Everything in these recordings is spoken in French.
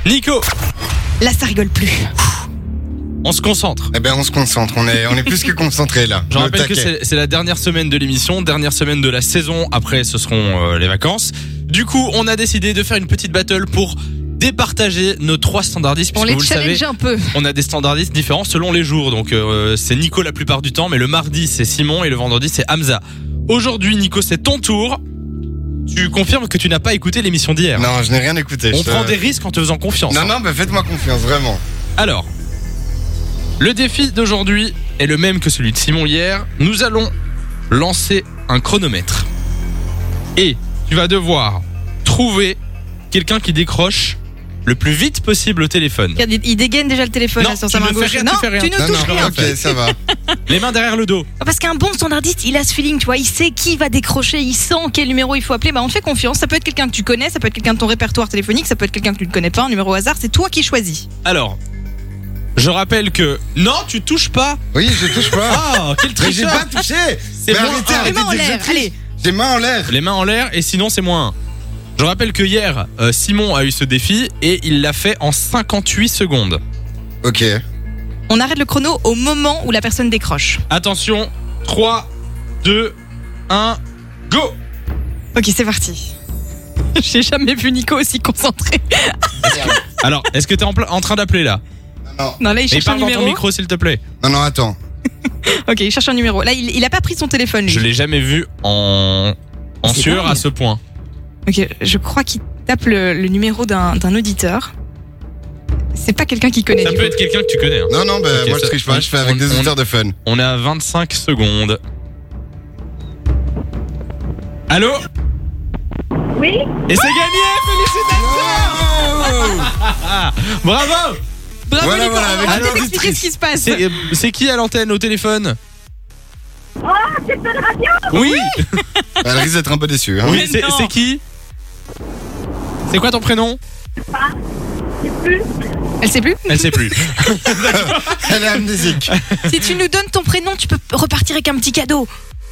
Nico, Là, ça rigole plus. on se concentre. Eh ben on se concentre, on est plus que concentrés là. Je On est au rappelle que taquet. c'est la dernière semaine de l'émission, dernière semaine de la saison. Après, ce seront les vacances. Du coup, on a décidé de faire une petite battle pour départager nos 3 standardistes. On Puisque les vous le savez, challenge un peu. on a des standardistes différents selon les jours. Donc, c'est Nico la plupart du temps, mais le mardi, c'est Simon et le vendredi, c'est Hamza. Aujourd'hui, Nico, c'est ton tour. Tu confirmes que tu n'as pas écouté l'émission d'hier. Non, je n'ai rien écouté. On prend des risques en te faisant confiance. Non, bah faites-moi confiance, vraiment. Alors, le défi d'aujourd'hui est le même que celui de Simon hier. Nous allons lancer un chronomètre. Et tu vas devoir trouver quelqu'un qui décroche le plus vite possible au téléphone. Regarde, il dégaine déjà le téléphone Non, là, sur tu sa ne main fais gauche. rien, Non, tu fais rien. tu ne Non, touches rien. ok, ça va. Les mains derrière le dos. Parce qu'un bon standardiste, il a ce feeling, tu vois, il sait qui va décrocher, il sent quel numéro il faut appeler. Bah, on te fait confiance. Ça peut être quelqu'un que tu connais, ça peut être quelqu'un de ton répertoire téléphonique, ça peut être quelqu'un que tu ne connais pas, un numéro au hasard. C'est toi qui choisis. Alors, je rappelle que... Non, tu touches pas. Oui, je touche pas. Ah, quel Mais j'ai tricheur. pas touché. C'est Mais bon. arrêtez, Les Les arrêtez mains en de dire que l'air, je triche. allez. J'ai mains en l'air. Les mains en l'air et sinon c'est moins 1. Je rappelle que hier, Simon a eu ce défi et il l'a fait en 58 secondes. Ok. On arrête le chrono au moment où la personne décroche. Attention, 3, 2, 1, go. Ok, c'est parti. J'ai jamais vu Nico aussi concentré. Alors, est-ce que t'es en train d'appeler là? Non, Non, là, il Mais cherche un parle dans ton numéro. micro s'il te plaît. non, attends. Ok, il cherche un numéro. Là, il a pas pris son téléphone, lui. Je l'ai jamais vu en C'est sueur dingue. à ce point. Ok, je crois qu'il tape le numéro d'un auditeur. C'est pas quelqu'un qui connaît. Ça du peut coup. être quelqu'un que tu connais. Hein. Non, bah Ok, moi je ça- triche pas, je fais avec des auditeurs de fun. On est à 25 secondes. Allô? Oui, Et c'est gagné. Félicitations. Bravo. Bravo, Voilà, Nico. voilà, avec On va une peut-être expliquer auditrice. ce qui se passe. C'est qui à l'antenne au téléphone? c'est Fun Radio. Oui. Elle risque d'être un peu déçue. Hein. Oui, Mais c'est non. c'est qui? C'est quoi ton prénom? Elle sait plus. Elle sait plus. Elle est amnésique. Si tu nous donnes ton prénom, tu peux repartir avec un petit cadeau.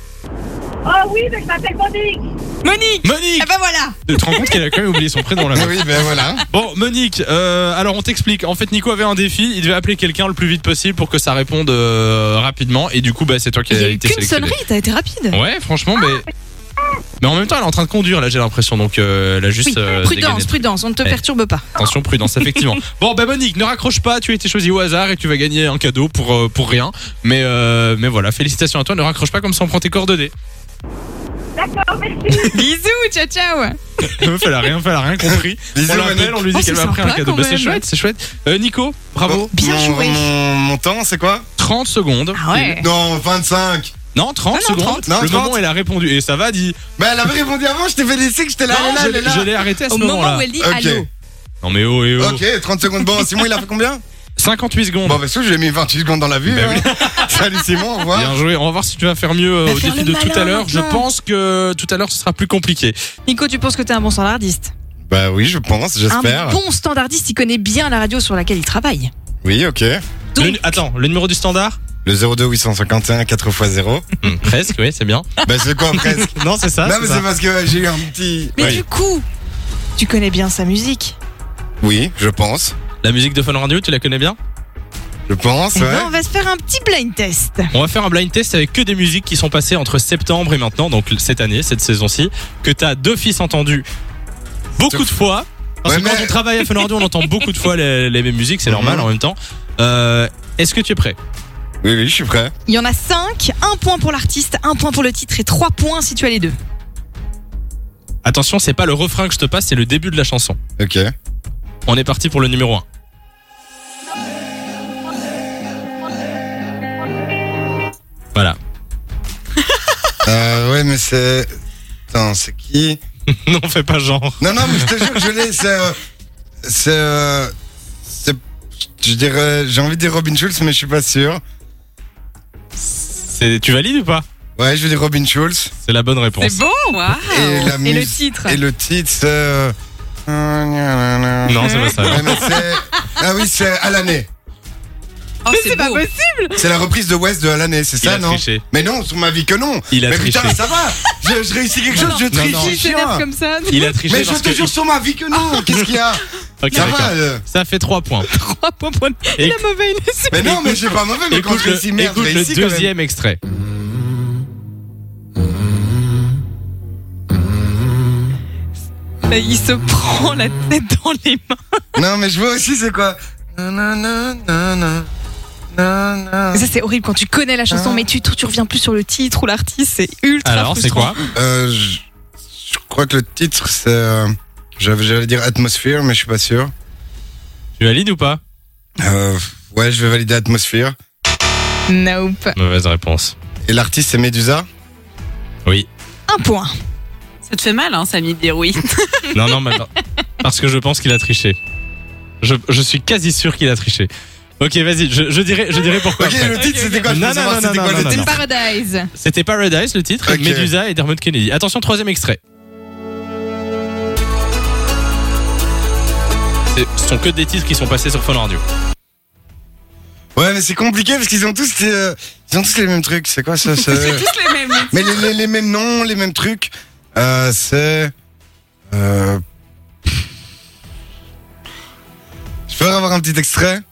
Oh oui, mais je m'appelle Monique. Monique. Monique. Eh ben voilà. Tu te rends compte qu'elle a quand même oublié son prénom là. Oui, ben voilà. Bon, Monique, alors on t'explique. En fait, Nico avait un défi. Il devait appeler quelqu'un le plus vite possible pour que ça réponde rapidement. Et du coup, bah, c'est toi qui Il y as a eu été qu'une sélectionné. sonnerie, t'as été rapide. Ouais, franchement, mais en même temps, elle est en train de conduire là, j'ai l'impression. Donc, elle a juste. Oui, dégainé. prudence, on ne te Eh. perturbe pas. Attention, prudence, effectivement. Bon, bah Monique, ne raccroche pas. Tu as été choisi au hasard et tu vas gagner un cadeau pour rien. Mais voilà, félicitations à toi. Ne raccroche pas comme ça, on prend tes coordonnées. D'accord, merci. Bisous, ciao ciao. La meuf, elle a rien compris. Bisous, On l'appelle, Monique. on lui dit Oh, qu'elle c'est va pris un sympa, cadeau. quand Bah, c'est même. chouette, c'est chouette. Nico, bravo. Bien joué. Mon temps, c'est quoi? 30 secondes. Ah ouais. Non, 25. Non, 30 Ah non, secondes. 30. Non, Le 30. moment où elle a répondu. Et ça va, dit. Mais elle avait répondu avant, je t'ai fait laisser que j'étais là, Non, elle est là. je l'ai arrêté à ce Au moment moment-là. où elle dit Ok. allô. Non, mais oh et oh. Ok, 30 secondes. Bon, Simon, il a fait combien? 58 secondes. Bon, parce que j'ai mis 28 secondes dans la vue. Ben hein. Salut Simon, au revoir. Bien joué. On va voir si tu vas faire mieux Va au faire défi le de tout à malin l'heure. Je maintenant. pense que tout à l'heure, ce sera plus compliqué. Nico, tu penses que t'es un bon standardiste? Bah oui, je pense, j'espère. Un bon standardiste, il connaît bien la radio sur laquelle il travaille. Oui, ok. Donc, Attends, le numéro du standard? Le 02 851 4x0. Presque, oui, c'est bien. Bah c'est quoi presque? Non, c'est ça. Non, c'est mais ça. c'est parce que j'ai eu un petit. mais Oui. du coup, tu connais bien sa musique. Oui, je pense. La musique de Fun Radio, tu la connais bien? Je pense, Eh ouais. ben, on va se faire un petit blind test. On va faire un blind test avec que des musiques qui sont passées entre septembre et maintenant, donc cette année, cette saison-ci, que t'as d'office entendu beaucoup de fois. Parce Ouais, que quand mais- on travaille à Fun Radio, on entend beaucoup de fois les mêmes musiques, c'est normal Mhm. en même temps. Est-ce que tu es prêt? Oui, je suis prêt. Il y en a 5, 1 point pour l'artiste, 1 point pour le titre et 3 points si tu as les deux. Attention, c'est pas le refrain que je te passe, c'est le début de la chanson. Ok. On est parti pour le numéro 1. Voilà. Ouais, mais c'est. Attends, c'est qui? Non, fais pas genre. Non, mais je te jure que je l'ai. C'est. Je dirais. J'ai envie de dire Robin Schulz, mais je suis pas sûr. Tu valides ou pas? Ouais, je vais dire Robin Schulz. C'est la bonne réponse. C'est bon, waouh. Et la Et le mus- titre. Et le titre, c'est. Non, c'est pas ça. Ouais, mais c'est. Ah oui, c'est à l'année. Oh, c'est pas possible. C'est la reprise de West de à l'année, c'est Il ça, a non? triché. Mais non, sur ma vie que non. Il a mais triché. putain, ça va. Je réussis quelque chose, je non. triche, Il s'énerve chien. comme ça. Il a triché Mais je parce te que jure sur ma vie que non. Qu'est-ce qu'il y a? Ok, Ça d'accord. va. Ça fait 3 points. 3 points pour Et- la mauvaise innocence. Mais non, mais j'ai pas mauvais, mais quand Écoute je réussis, merde, écoute je le réussis quand même. deuxième extrait. Il se prend la tête dans les mains. Non, mais je vois aussi c'est quoi. Nanana. Mais ça, c'est horrible quand tu connais la chanson, mais tu reviens plus sur le titre ou l'artiste. C'est ultra Alors, c'est frustrant. quoi? Je crois que le titre c'est. J'allais dire Atmosphere, mais je suis pas sûr. Tu valides ou pas? Ouais, je vais valider Atmosphere. Nope. Mauvaise réponse. Et l'artiste c'est Medusa. Oui. 1 point. Ça te fait mal, hein, Samy, de dire oui. Non, mais parce que je pense qu'il a triché. Je suis quasi sûr qu'il a triché. Ok, vas-y, je dirai pourquoi. Ok, après. le titre c'était quoi? Je Non, veux savoir non, c'était non, quoi non, le non, titre? Paradise. C'était Paradise le titre, Ok. Medusa et Dermot Kennedy. Attention, 3e extrait. Ce sont que des titres qui sont passés sur Fun Radio. Ouais, mais c'est compliqué parce qu'ils ont tous les mêmes trucs. C'est quoi ça? C'est tous les mêmes. Mais les mêmes noms, les mêmes trucs. C'est. Je peux avoir un petit extrait?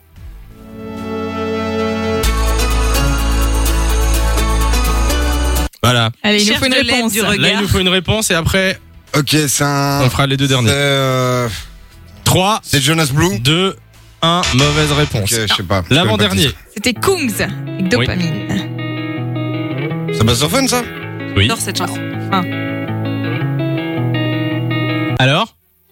Voilà. Allez, il nous Cherche faut une de l'aide réponse. du Là, il regard. nous faut une réponse et après, Ok, c'est un. on fera les 2 derniers. 3, C'est Jonas Blue? 2, 1, mauvaise réponse. Ok, je sais pas. L'avant-dernier. C'était Kungs avec Dopamine. Ça passe sur Fun ça? Oui. J'adore cette chanson. Alors?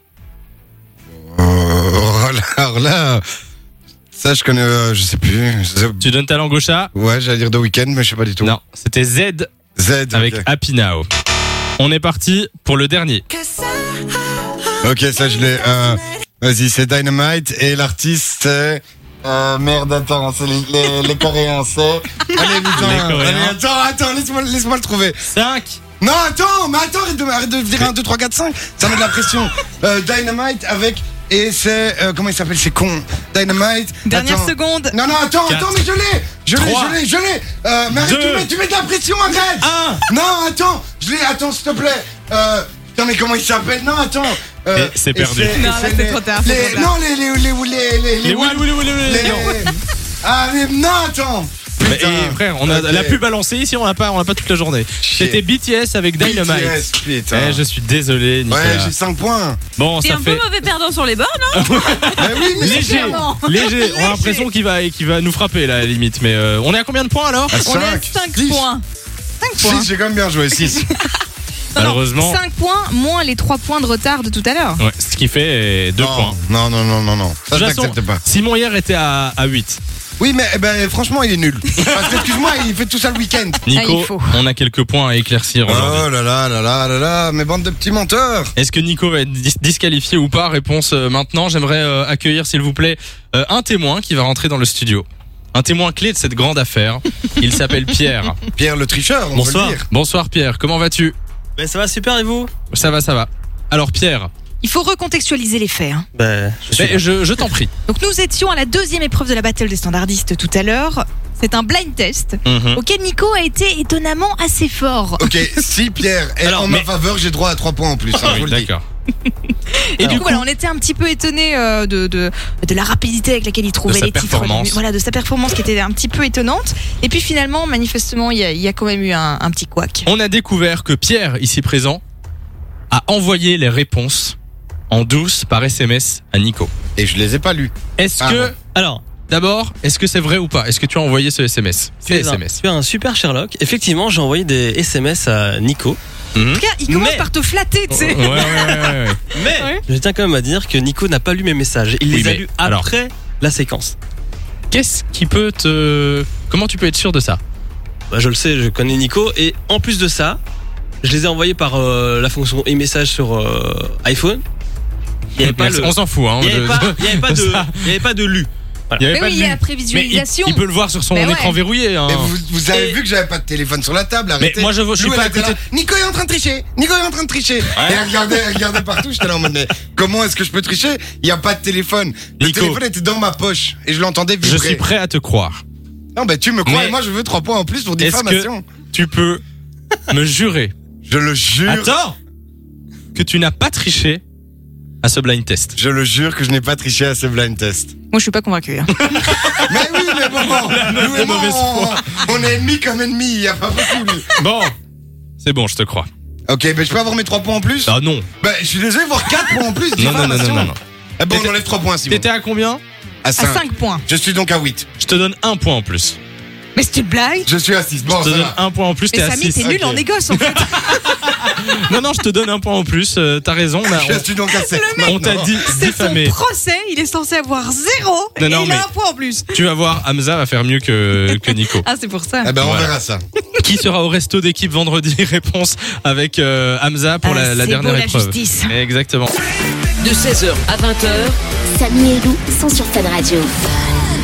Alors là. Ça, je connais. Je sais plus. Tu donnes ta langue au chat? Ouais, j'allais dire The Weeknd, mais je sais pas du tout. Non, c'était Z Z. avec ok. Happy Now. On est parti pour le dernier. Ok, ça je l'ai. Vas-y, c'est Dynamite et l'artiste c'est. Merde, attends, c'est les Coréens, c'est. Allez, putain. Les Coréens. Allez, attends, laisse-moi le trouver. 5. Non, attends, mais attends, arrête de dire 1, 2, 3, 4, 5. Ça met de la pression. Dynamite avec. Et c'est. Comment il s'appelle? C'est con. Dynamite. Dernière attends. seconde. Non, attends, 4, mais je l'ai. Je trois, l'ai. Mais arrête, 2, tu mets de la pression, arrête. 1. Non, attends, je l'ai. Attends, s'il te plaît. Putain, mais comment il s'appelle? Non, attends. Et c'est perdu. Non, là, c'est trop tard, c'est trop tard. Non, les Ah, mais non, attends. Mais, Putain. et frère, on a Ok. la pub à lancer ici, on l'a pas toute la journée. Shit. C'était BTS avec Dynamite. BTS, putain. Je suis désolé, Nicolas. Ouais, j'ai 5 points. Bon, T'es ça un fait peu mauvais perdant sur les bords, non? Mais oui, mais léger, clairement. léger. On a l'impression qu'il va nous frapper là, à la limite. Mais on est à combien de points alors? On est à 5 points. 5 points. 6, j'ai quand même bien joué, 6. Malheureusement. 5 points moins les 3 points de retard de tout à l'heure. Ouais, ce qui fait 2 points. Non. Ça, je De toute façon, n'accepte pas. Simon hier était à 8. Oui, mais franchement, il est nul. Parce que, excuse-moi, il fait tout ça le week-end. Nico, il faut. on a quelques points à éclaircir aujourd'hui. Oh là, mais bande de petits menteurs. Est-ce que Nico va être disqualifié ou pas? Réponse maintenant. J'aimerais accueillir, s'il vous plaît, un témoin qui va rentrer dans le studio. Un témoin clé de cette grande affaire. Il s'appelle Pierre. Pierre le tricheur, on Bonsoir. peut le dire. Bonsoir Pierre, comment vas-tu? Ben ça va super et vous? Ça va. Alors Pierre, Il faut recontextualiser les faits. Hein. Ben je t'en prie. Donc nous étions à la 2e épreuve de la battle des standardistes tout à l'heure. C'est un blind test Mhm. auquel Nico a été étonnamment assez fort. Ok, si Pierre est Alors, en mais- ma faveur, j'ai droit à 3 points en plus. Hein, je vous le dis. D'accord. Et du coup, voilà, on était un petit peu étonnés de la rapidité avec laquelle il trouvait sa les titres. performance. Voilà, de sa performance qui était un petit peu étonnante. Et puis finalement, manifestement, il y a quand même eu un petit couac. On a découvert que Pierre, ici présent, a envoyé les réponses en douce par SMS à Nico. Et je les ai pas lus. Est-ce Ah que, bon. alors, d'abord, est-ce que c'est vrai ou pas? Est-ce que tu as envoyé ce SMS? tu es un super Sherlock. Effectivement, j'ai envoyé des SMS à Nico. En tout cas, il commence Mais- par te flatter, tu sais. Ouais. Mais Ouais. je tiens quand même à dire que Nico n'a pas lu mes messages. Il Oui, les a mais lus alors- après la séquence. Qu'est-ce qui peut comment tu peux être sûr de ça? Bah, je le sais, je connais Nico. Et en plus de ça, je les ai envoyés par la fonction e-message sur iPhone. Il n'y avait pas Merci, le. on s'en fout, hein. Il n'y avait, Ça. pas de lu. Il y avait Mais pas oui, de il y a lu. la prévisualisation. Mais il peut le voir sur son Mais ouais. écran verrouillé. Hein. Mais vous avez Et- vu que j'avais pas de téléphone sur la table, arrêtez. Mais moi, je suis Lou, pas elle à était côté. là, Nico est en train de tricher. Et elle regardait partout. J'étais là en mode, mais comment est-ce que je peux tricher? Il y a pas de téléphone. Le Nico. téléphone était dans ma poche et je l'entendais vibrer. Je suis prêt à te croire. Non, bah tu me crois Mais- et moi je veux 3 points en plus pour Est-ce diffamation. que tu peux me jurer Je le jure. Attends que tu n'as pas triché à ce blind test. Je le jure que je n'ai pas triché à ce blind test. Moi, je suis pas convaincu. Hein. Mais oui, mais bon, nous de et moi, mauvaise foi. on est ennemis comme ennemis, y a pas possible. Bon, c'est bon, je te crois. Ok, mais je peux avoir mes 3 points en plus? Ah non. Bah, je suis désolé, voir 4 points en plus. Non. Eh ben, on enlève 3 points, Simon. T'étais à combien? À À 5. 5 points. Je suis donc à 8. Je te donne 1 point en plus. Mais c'est une blague. Je suis à 6. Bon, Je te ça donne va. 1 point en plus, Mais t'es à Samy, 6. t'es nul ok. en négoce en fait. Non, je te donne 1 point en plus, t'as raison. Je suis donc à 7. On t'a dit C'est son diffamé. procès, il est censé avoir 0 Non, et non, il mais- a 1 point en plus. Tu vas voir, Hamza va faire mieux que Nico. Ah, c'est pour ça. Eh ben, on Voilà. verra ça. Qui sera au resto d'équipe vendredi? Réponse avec Hamza pour la c'est dernière beau, la épreuve. justice. Exactement. De 16h à 20h, Samy et Lou sont sur Fun Radio.